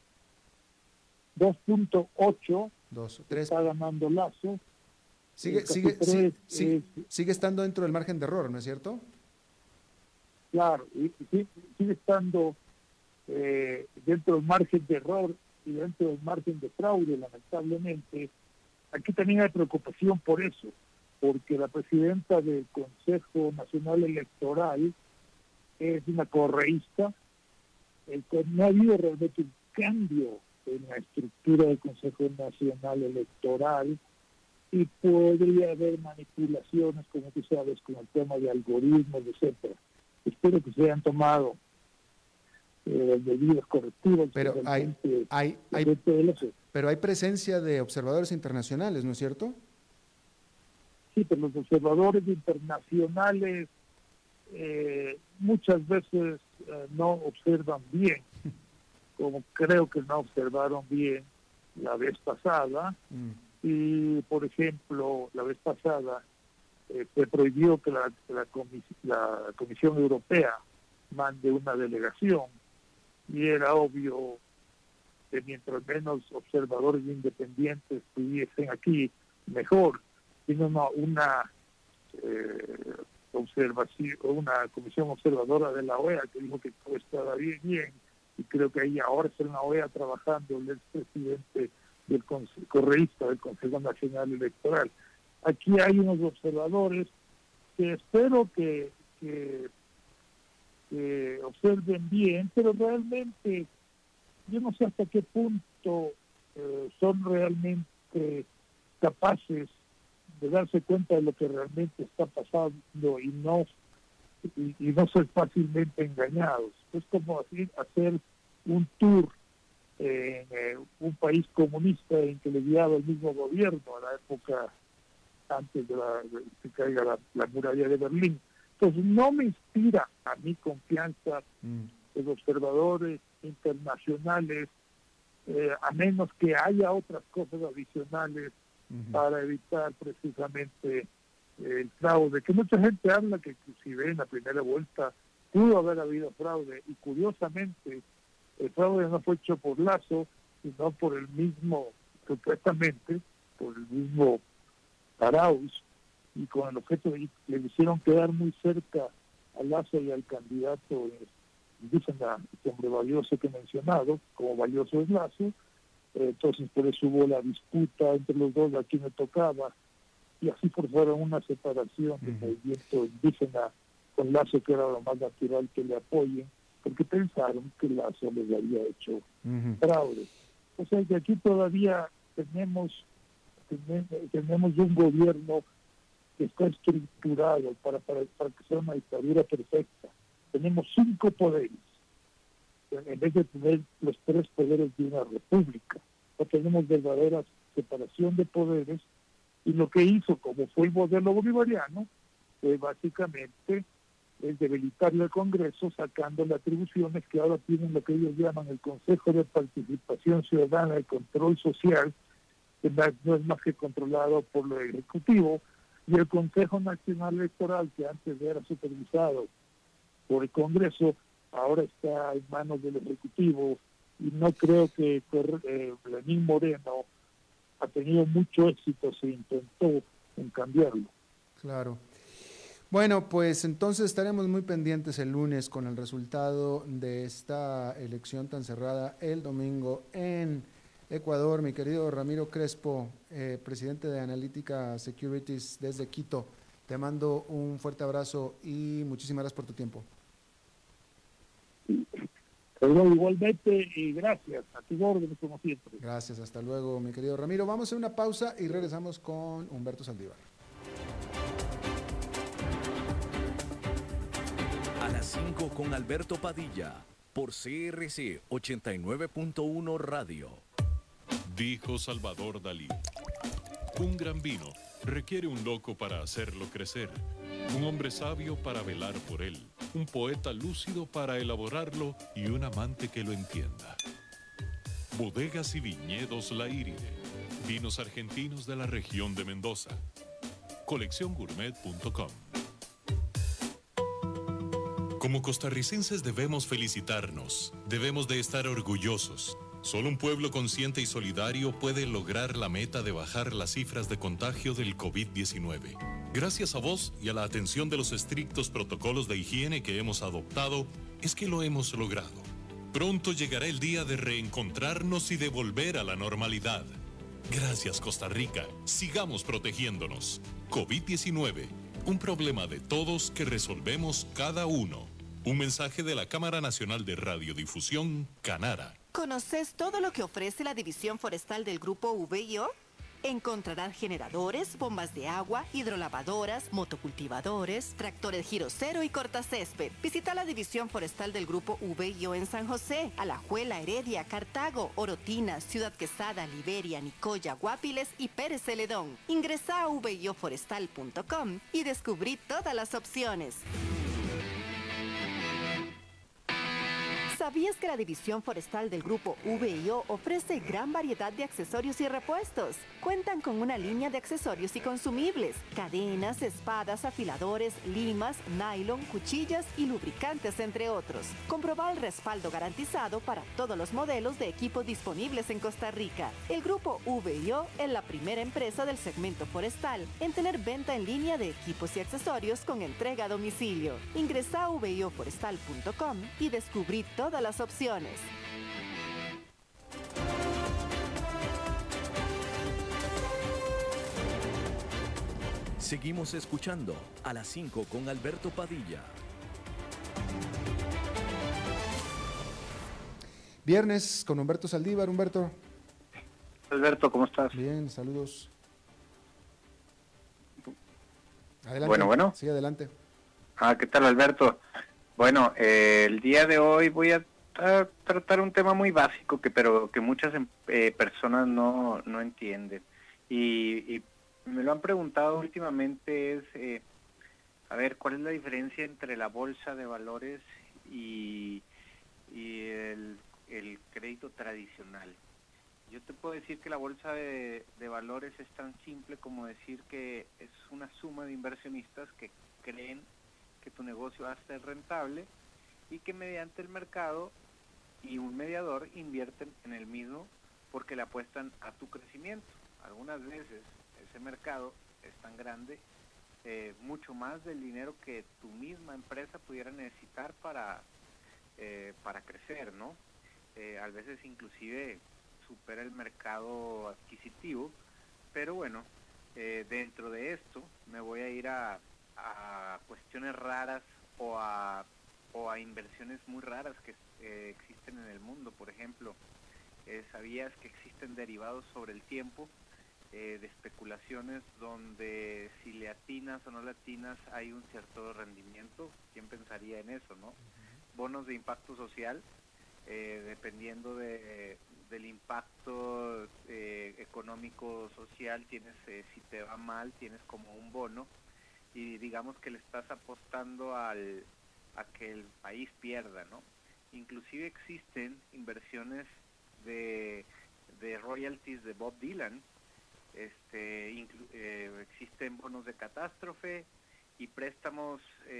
2.8
3
está ganando Lasso.
Sigue estando dentro del margen de error, ¿no es cierto?
Claro, y sigue estando dentro del margen de error y dentro del margen de fraude, lamentablemente. Aquí también hay preocupación por eso, porque la presidenta del Consejo Nacional Electoral es una correísta. No ha habido realmente un cambio en la estructura del Consejo Nacional Electoral y podría haber manipulaciones, como tú sabes, con el tema de algoritmos, etcétera. Espero que se hayan tomado medidas correctivas.
Pero pero hay presencia de observadores internacionales, ¿no es cierto?
Sí, pero los observadores internacionales muchas veces no observan bien, como creo que no observaron bien la vez pasada. Y, por ejemplo, la vez pasada se prohibió que la Comisión Europea mande una delegación, y era obvio que mientras menos observadores independientes estuviesen aquí, mejor. Sino una comisión observadora de la OEA que dijo que todo estaba bien, y creo que ahí ahora está en la OEA trabajando el expresidente del correísta del Consejo Nacional Electoral. Aquí hay unos observadores que espero que observen bien, pero realmente yo no sé hasta qué punto son realmente capaces de darse cuenta de lo que realmente está pasando y no ser fácilmente engañados. Es como hacer un tour en un país comunista en que le guiaba el mismo gobierno a la época antes de que caiga la muralla de Berlín. Entonces no me inspira a mí confianza los observadores internacionales, a menos que haya otras cosas adicionales para evitar precisamente el fraude, que mucha gente habla que inclusive en la primera vuelta pudo haber habido fraude, y curiosamente el fraude no fue hecho por Lasso, sino por el mismo, supuestamente, por el mismo Arauz, y con el objeto de le hicieron quedar muy cerca a Lasso y al candidato indígena, hombre valioso que he mencionado, como valioso es Lasso, entonces por eso hubo la disputa entre los dos, a quién le tocaba, y así forzaron una separación del movimiento indígena con Lazo, que era lo más natural que le apoyen, porque pensaron que Lazo les había hecho fraude. O sea que aquí todavía tenemos un gobierno que está estructurado para que sea una dictadura perfecta. Tenemos 5 poderes, en vez de tener los 3 poderes de una república. No tenemos verdadera separación de poderes, y lo que hizo, como fue el modelo bolivariano, básicamente es debilitarle al Congreso, sacándole atribuciones que ahora tienen lo que ellos llaman el Consejo de Participación Ciudadana y Control Social, que no es más que controlado por lo Ejecutivo, y el Consejo Nacional Electoral, que antes era supervisado por el Congreso, ahora está en manos del Ejecutivo, y no creo que Lenín Moreno ha tenido mucho éxito, se intentó en cambiarlo.
Claro. Bueno, pues entonces estaremos muy pendientes el lunes con el resultado de esta elección tan cerrada el domingo en Ecuador. Mi querido Ramiro Crespo, presidente de Analytica Securities desde Quito, te mando un fuerte abrazo y muchísimas gracias por tu tiempo.
Pero igualmente, y gracias, a tu orden como siempre.
Gracias, hasta luego, mi querido Ramiro. Vamos a hacer una pausa y regresamos con Humberto Saldívar.
A las 5 con Alberto Padilla, por CRC 89.1 Radio.
Dijo Salvador Dalí: un gran vino requiere un loco para hacerlo crecer, un hombre sabio para velar por él, un poeta lúcido para elaborarlo y un amante que lo entienda. Bodegas y viñedos La Iride, vinos argentinos de la región de Mendoza. Colecciongourmet.com. Como costarricenses debemos felicitarnos, debemos de estar orgullosos. Solo un pueblo consciente y solidario puede lograr la meta de bajar las cifras de contagio del COVID-19. Gracias a vos y a la atención de los estrictos protocolos de higiene que hemos adoptado, es que lo hemos logrado. Pronto llegará el día de reencontrarnos y de volver a la normalidad. Gracias, Costa Rica. Sigamos protegiéndonos. COVID-19, un problema de todos que resolvemos cada uno. Un mensaje de la Cámara Nacional de Radiodifusión, Canara.
¿Conoces todo lo que ofrece la División Forestal del Grupo VIO? Encontrarán generadores, bombas de agua, hidrolavadoras, motocultivadores, tractores giro cero y cortacésped. Visita la División Forestal del Grupo VIO en San José, Alajuela, Heredia, Cartago, Orotina, Ciudad Quesada, Liberia, Nicoya, Guapiles y Pérez Celedón. Ingresa a vioforestal.com y descubrí todas las opciones. ¿Sabías que la División Forestal del Grupo VIO ofrece gran variedad de accesorios y repuestos? Cuentan con una línea de accesorios y consumibles, cadenas, espadas, afiladores, limas, nylon, cuchillas y lubricantes, entre otros. Comproba el respaldo garantizado para todos los modelos de equipo disponibles en Costa Rica. El Grupo VIO es la primera empresa del segmento forestal en tener venta en línea de equipos y accesorios con entrega a domicilio. Ingresa a vioforestal.com y descubrí todas las opciones.
Seguimos escuchando a las 5 con Alberto Padilla.
Viernes con Humberto Saldívar. Humberto.
Alberto, ¿cómo estás?
Bien, saludos. Adelante.
Bueno.
Sí, adelante.
¿Qué tal, Alberto? Bueno, el día de hoy voy a tratar un tema muy básico pero que muchas personas no entienden. Y me lo han preguntado últimamente, es, ¿cuál es la diferencia entre la bolsa de valores y el crédito tradicional? Yo te puedo decir que la bolsa de valores es tan simple como decir que es una suma de inversionistas que creen que tu negocio va a ser rentable y que mediante el mercado y un mediador invierten en el mismo porque le apuestan a tu crecimiento. Algunas veces ese mercado es tan grande, mucho más del dinero que tu misma empresa pudiera necesitar para crecer, ¿no? A veces inclusive supera el mercado adquisitivo, pero bueno, dentro de esto me voy a ir a cuestiones raras o a inversiones muy raras que existen en el mundo. Por ejemplo, ¿sabías que existen derivados sobre el tiempo de especulaciones donde si le atinas o no le atinas hay un cierto rendimiento? ¿Quién pensaría en eso, no? Bonos de impacto social, dependiendo del impacto económico social, tienes, si te va mal, tienes como un bono, y digamos que le estás apostando a que el país pierda, ¿no? Inclusive existen inversiones de royalties de Bob Dylan, existen bonos de catástrofe y préstamos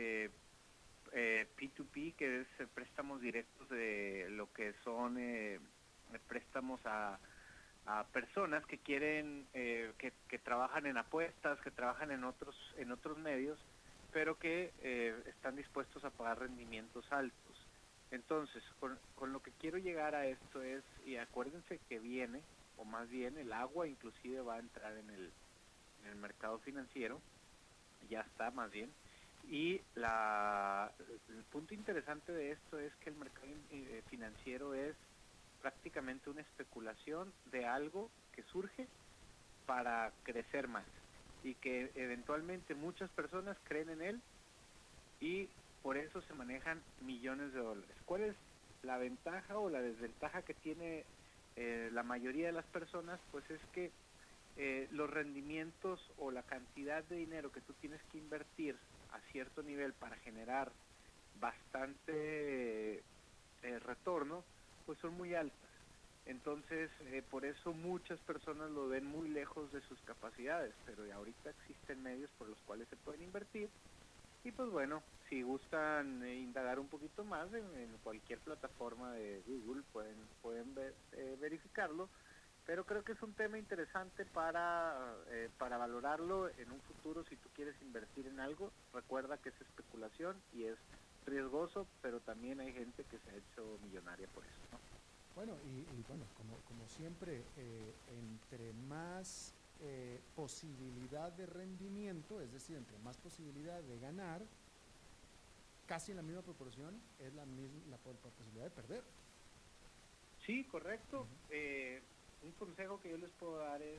P2P, que es préstamos directos de lo que son préstamos a personas que quieren, que trabajan en apuestas, que trabajan en otros medios, pero que están dispuestos a pagar rendimientos altos. Entonces, con lo que quiero llegar a esto es, y acuérdense que viene, o más bien el agua inclusive va a entrar en el mercado financiero, ya está más bien, y el punto interesante de esto es que el mercado financiero es prácticamente una especulación de algo que surge para crecer más y que eventualmente muchas personas creen en él y por eso se manejan millones de dólares. ¿Cuál es la ventaja o la desventaja que tiene la mayoría de las personas? Pues es que los rendimientos o la cantidad de dinero que tú tienes que invertir a cierto nivel para generar bastante retorno, pues son muy altas. Entonces, por eso muchas personas lo ven muy lejos de sus capacidades, pero ahorita existen medios por los cuales se pueden invertir. Y pues bueno, si gustan indagar un poquito más en cualquier plataforma de Google pueden verificarlo, pero creo que es un tema interesante para valorarlo en un futuro. Si tú quieres invertir en algo, recuerda que es especulación y es riesgoso, pero también hay gente que se ha hecho millonaria por eso, ¿no?
Bueno, y bueno, como siempre, entre más posibilidad de rendimiento, es decir, entre más posibilidad de ganar, casi en la misma proporción es la posibilidad de perder.
Sí, correcto. Un consejo que yo les puedo dar es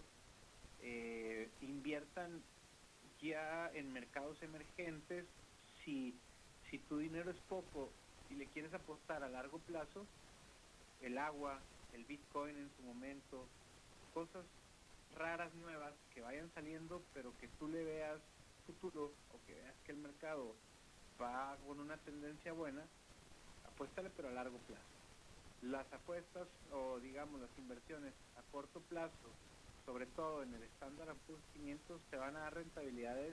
inviertan ya en mercados emergentes. Si tu dinero es poco y le quieres apostar a largo plazo, el agua, el Bitcoin en su momento, cosas raras nuevas que vayan saliendo, pero que tú le veas futuro o que veas que el mercado va con una tendencia buena, apuéstale pero a largo plazo. Las apuestas o digamos las inversiones a corto plazo, sobre todo en el Standard & Poor's 500, te van a dar rentabilidades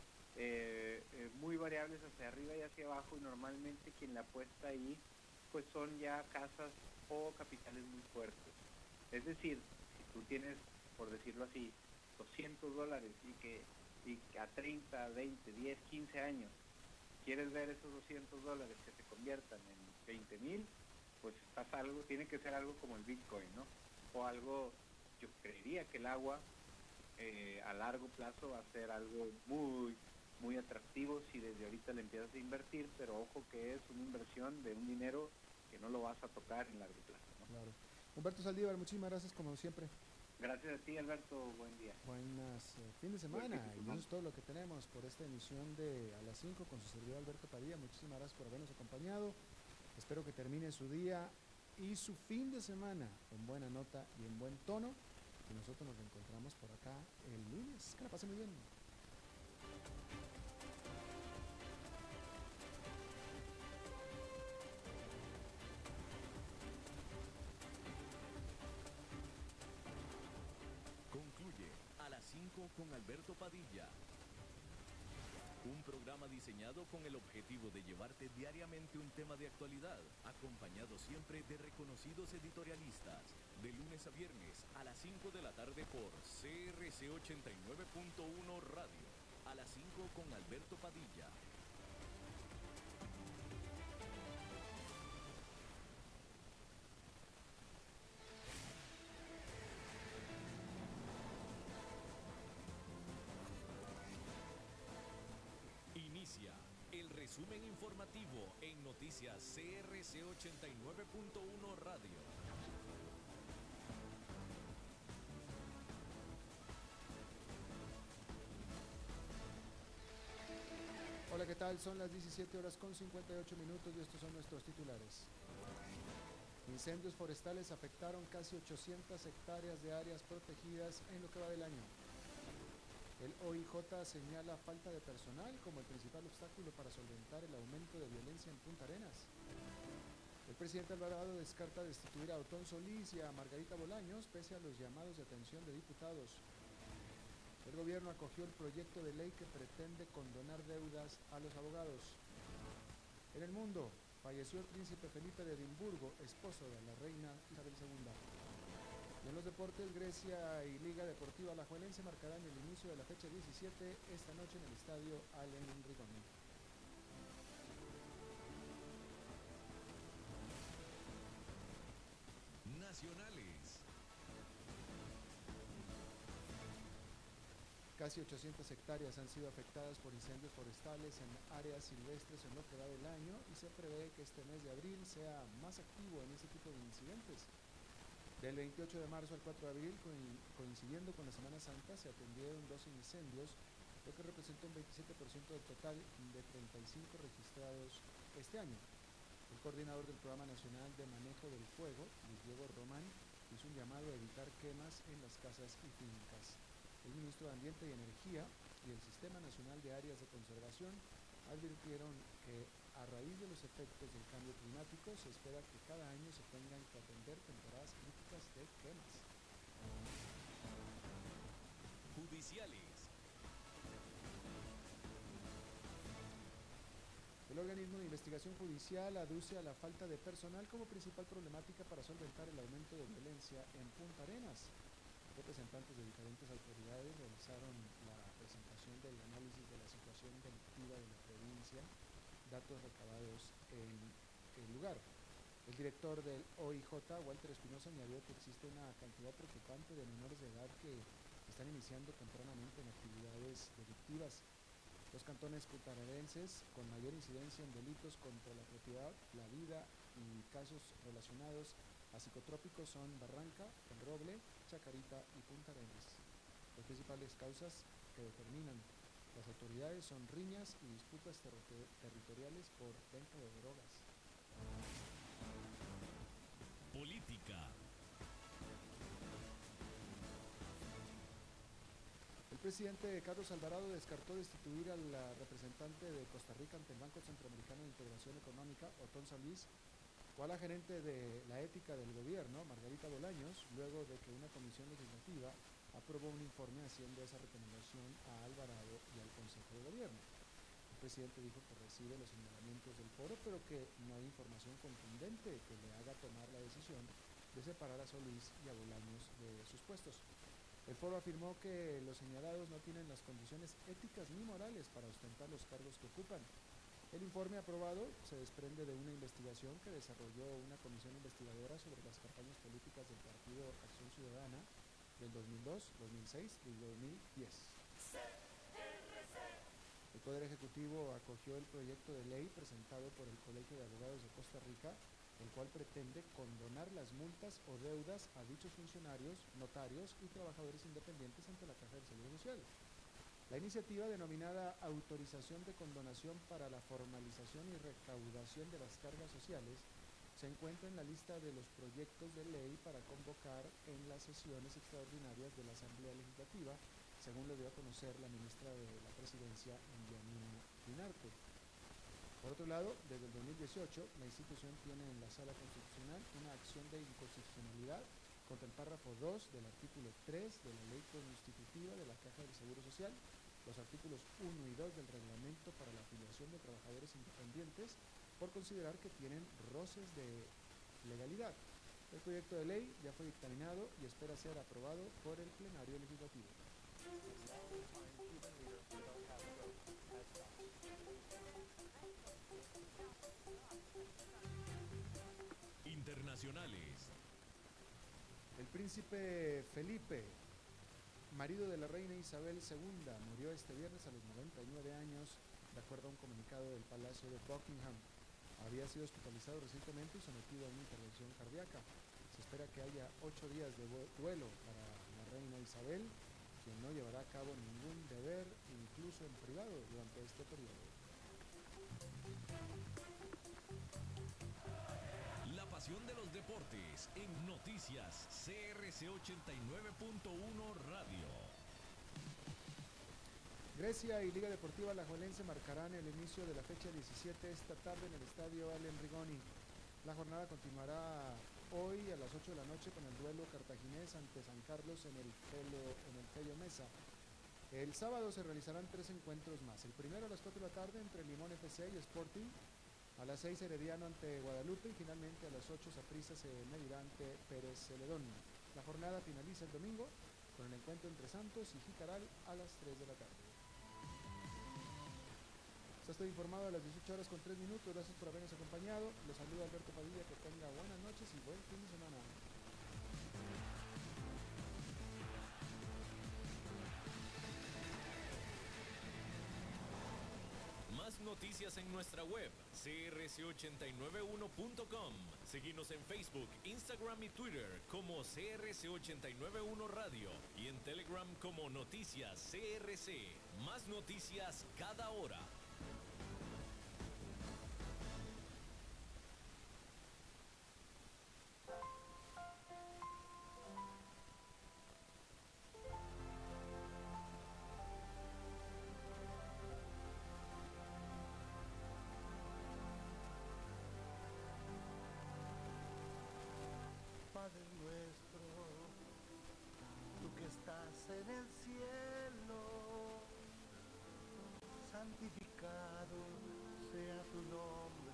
muy variables hacia arriba y hacia abajo, y normalmente quien le apuesta ahí pues son ya casas o capitales muy fuertes. Es decir, si tú tienes, por decirlo así, $200 y a 30, 20, 10, 15 años quieres ver esos $200 que se conviertan en 20,000, pues tiene que ser algo como el Bitcoin, ¿no? O algo, yo creería que el agua a largo plazo va a ser algo muy, muy atractivo si desde ahorita le empiezas a invertir, pero ojo que es una inversión de un dinero que no lo vas a tocar en largo plazo, ¿no?
Claro. Humberto Saldívar, muchísimas gracias como siempre.
Gracias a ti, Alberto, buen día.
Buenas fin de semana, y eso es todo lo que tenemos por esta emisión de A las 5 con su servidor Alberto Padilla. Muchísimas gracias por habernos acompañado. Espero que termine su día y su fin de semana en buena nota y en buen tono, y nosotros nos reencontramos por acá el lunes. Que la pasen muy bien.
Concluye A las 5 con Alberto Padilla. Un programa diseñado con el objetivo de llevarte diariamente un tema de actualidad, acompañado siempre de reconocidos editorialistas, de lunes a viernes a las 5 de la tarde por CRC 89.1 Radio. A las 5 con Alberto Padilla. resumen informativo en Noticias CRC 89.1 Radio.
Hola, ¿qué tal? Son las 17 horas con 58 minutos y estos son nuestros titulares. Incendios forestales afectaron casi 800 hectáreas de áreas protegidas en lo que va del año. El OIJ señala falta de personal como el principal obstáculo para solventar el aumento de violencia en Punta Arenas. El presidente Alvarado descarta destituir a Otón Solís y a Margarita Bolaños pese a los llamados de atención de diputados. El gobierno acogió el proyecto de ley que pretende condonar deudas a los abogados. En el mundo, falleció el príncipe Felipe de Edimburgo, esposo de la reina Isabel II. Y en los deportes, Grecia y Liga Deportiva Alajuelense marcarán el inicio de la fecha 17 esta noche en el estadio Allen Rigoni.
Nacionales.
Casi 800 hectáreas han sido afectadas por incendios forestales en áreas silvestres en lo que va del año y se prevé que este mes de abril sea más activo en ese tipo de incidentes. Del 28 de marzo al 4 de abril, coincidiendo con la Semana Santa, se atendieron 12 incendios, lo que representa un 27% del total de 35 registrados este año. El coordinador del Programa Nacional de Manejo del Fuego, Luis Diego Román, hizo un llamado a evitar quemas en las casas y fincas. El ministro de Ambiente y Energía y el Sistema Nacional de Áreas de Conservación advirtieron que a raíz de los efectos del cambio climático se espera que cada año se tengan que atender temporadas críticas de quemas.
Judiciales.
El organismo de investigación judicial aduce a la falta de personal como principal problemática para solventar el aumento de violencia en Punta Arenas. Representantes de diferentes autoridades realizaron la presentación del análisis de la situación delictiva de la provincia, datos recabados en el lugar. El director del OIJ, Walter Espinosa, añadió que existe una cantidad preocupante de menores de edad que están iniciando tempranamente en actividades delictivas. Los cantones puntarenses con mayor incidencia en delitos contra la propiedad, la vida y casos relacionados a psicotrópicos son Barranca, El Roble, Chacarita y Punta Arenas. Las principales causas que determinan las autoridades son riñas y disputas territoriales por venta de drogas.
Política.
El presidente Carlos Alvarado descartó destituir a la representante de Costa Rica ante el Banco Centroamericano de Integración Económica, Otón Solís, o a la gerente de la ética del gobierno, Margarita Bolaños, luego de que una comisión legislativa aprobó un informe haciendo esa recomendación a Alvarado y al Consejo de Gobierno. El presidente dijo que recibe los señalamientos del foro, pero que no hay información contundente que le haga tomar la decisión de separar a Solís y a Bolaños de sus puestos. El foro afirmó que los señalados no tienen las condiciones éticas ni morales para ostentar los cargos que ocupan. El informe aprobado se desprende de una investigación que desarrolló una comisión investigadora sobre las campañas políticas del Partido Acción Ciudadana del 2002, 2006 y 2010. El Poder Ejecutivo acogió el proyecto de ley presentado por el Colegio de Abogados de Costa Rica, el cual pretende condonar las multas o deudas a dichos funcionarios, notarios y trabajadores independientes ante la Caja del Seguro Social. La iniciativa, denominada Autorización de Condonación para la Formalización y Recaudación de las Cargas Sociales, se encuentra en la lista de los proyectos de ley para convocar en las sesiones extraordinarias de la Asamblea Legislativa, según lo dio a conocer la ministra de la Presidencia, Yanina Pinarte. Por otro lado, desde el 2018, la institución tiene en la Sala Constitucional una acción de inconstitucionalidad contra el párrafo 2 del artículo 3 de la Ley Constitutiva de la Caja del Seguro Social, los artículos 1 y 2 del Reglamento para la Afiliación de Trabajadores Independientes, por considerar que tienen roces de legalidad. El proyecto de ley ya fue dictaminado y espera ser aprobado por el plenario legislativo.
Internacionales.
El príncipe Felipe, marido de la reina Isabel II, murió este viernes a los 99 años de acuerdo a un comunicado del Palacio de Buckingham. Había sido hospitalizado recientemente y sometido a una intervención cardíaca. Se espera que haya 8 días de duelo para la reina Isabel, quien no llevará a cabo ningún deber, incluso en privado, durante este periodo.
La pasión de los deportes en Noticias CRC 89.1 Radio.
Grecia y Liga Deportiva Alajuelense marcarán el inicio de la fecha 17 esta tarde en el estadio Allen Rigoni. La jornada continuará hoy a las 8 de la noche con el duelo cartaginés ante San Carlos en el Fello Mesa. El sábado se realizarán 3 encuentros más. El primero a las 4 de la tarde entre Limón FC y Sporting. A las 6 Herediano ante Guadalupe y finalmente a las 8 Saprissa se medirá ante Pérez Celedón. La jornada finaliza el domingo con el encuentro entre Santos y Jicaral a las 3 de la tarde. Ya estoy informado a las 18 horas con 3 minutos. Gracias por habernos acompañado. Los saluda Alberto Padilla. Que tenga buenas noches y buen fin de semana.
Más noticias en nuestra web, crc891.com. Seguinos en Facebook, Instagram y Twitter como CRC891 Radio y en Telegram como Noticias CRC. Más noticias cada hora.
Padre nuestro, tú que estás en el cielo, santificado sea tu nombre.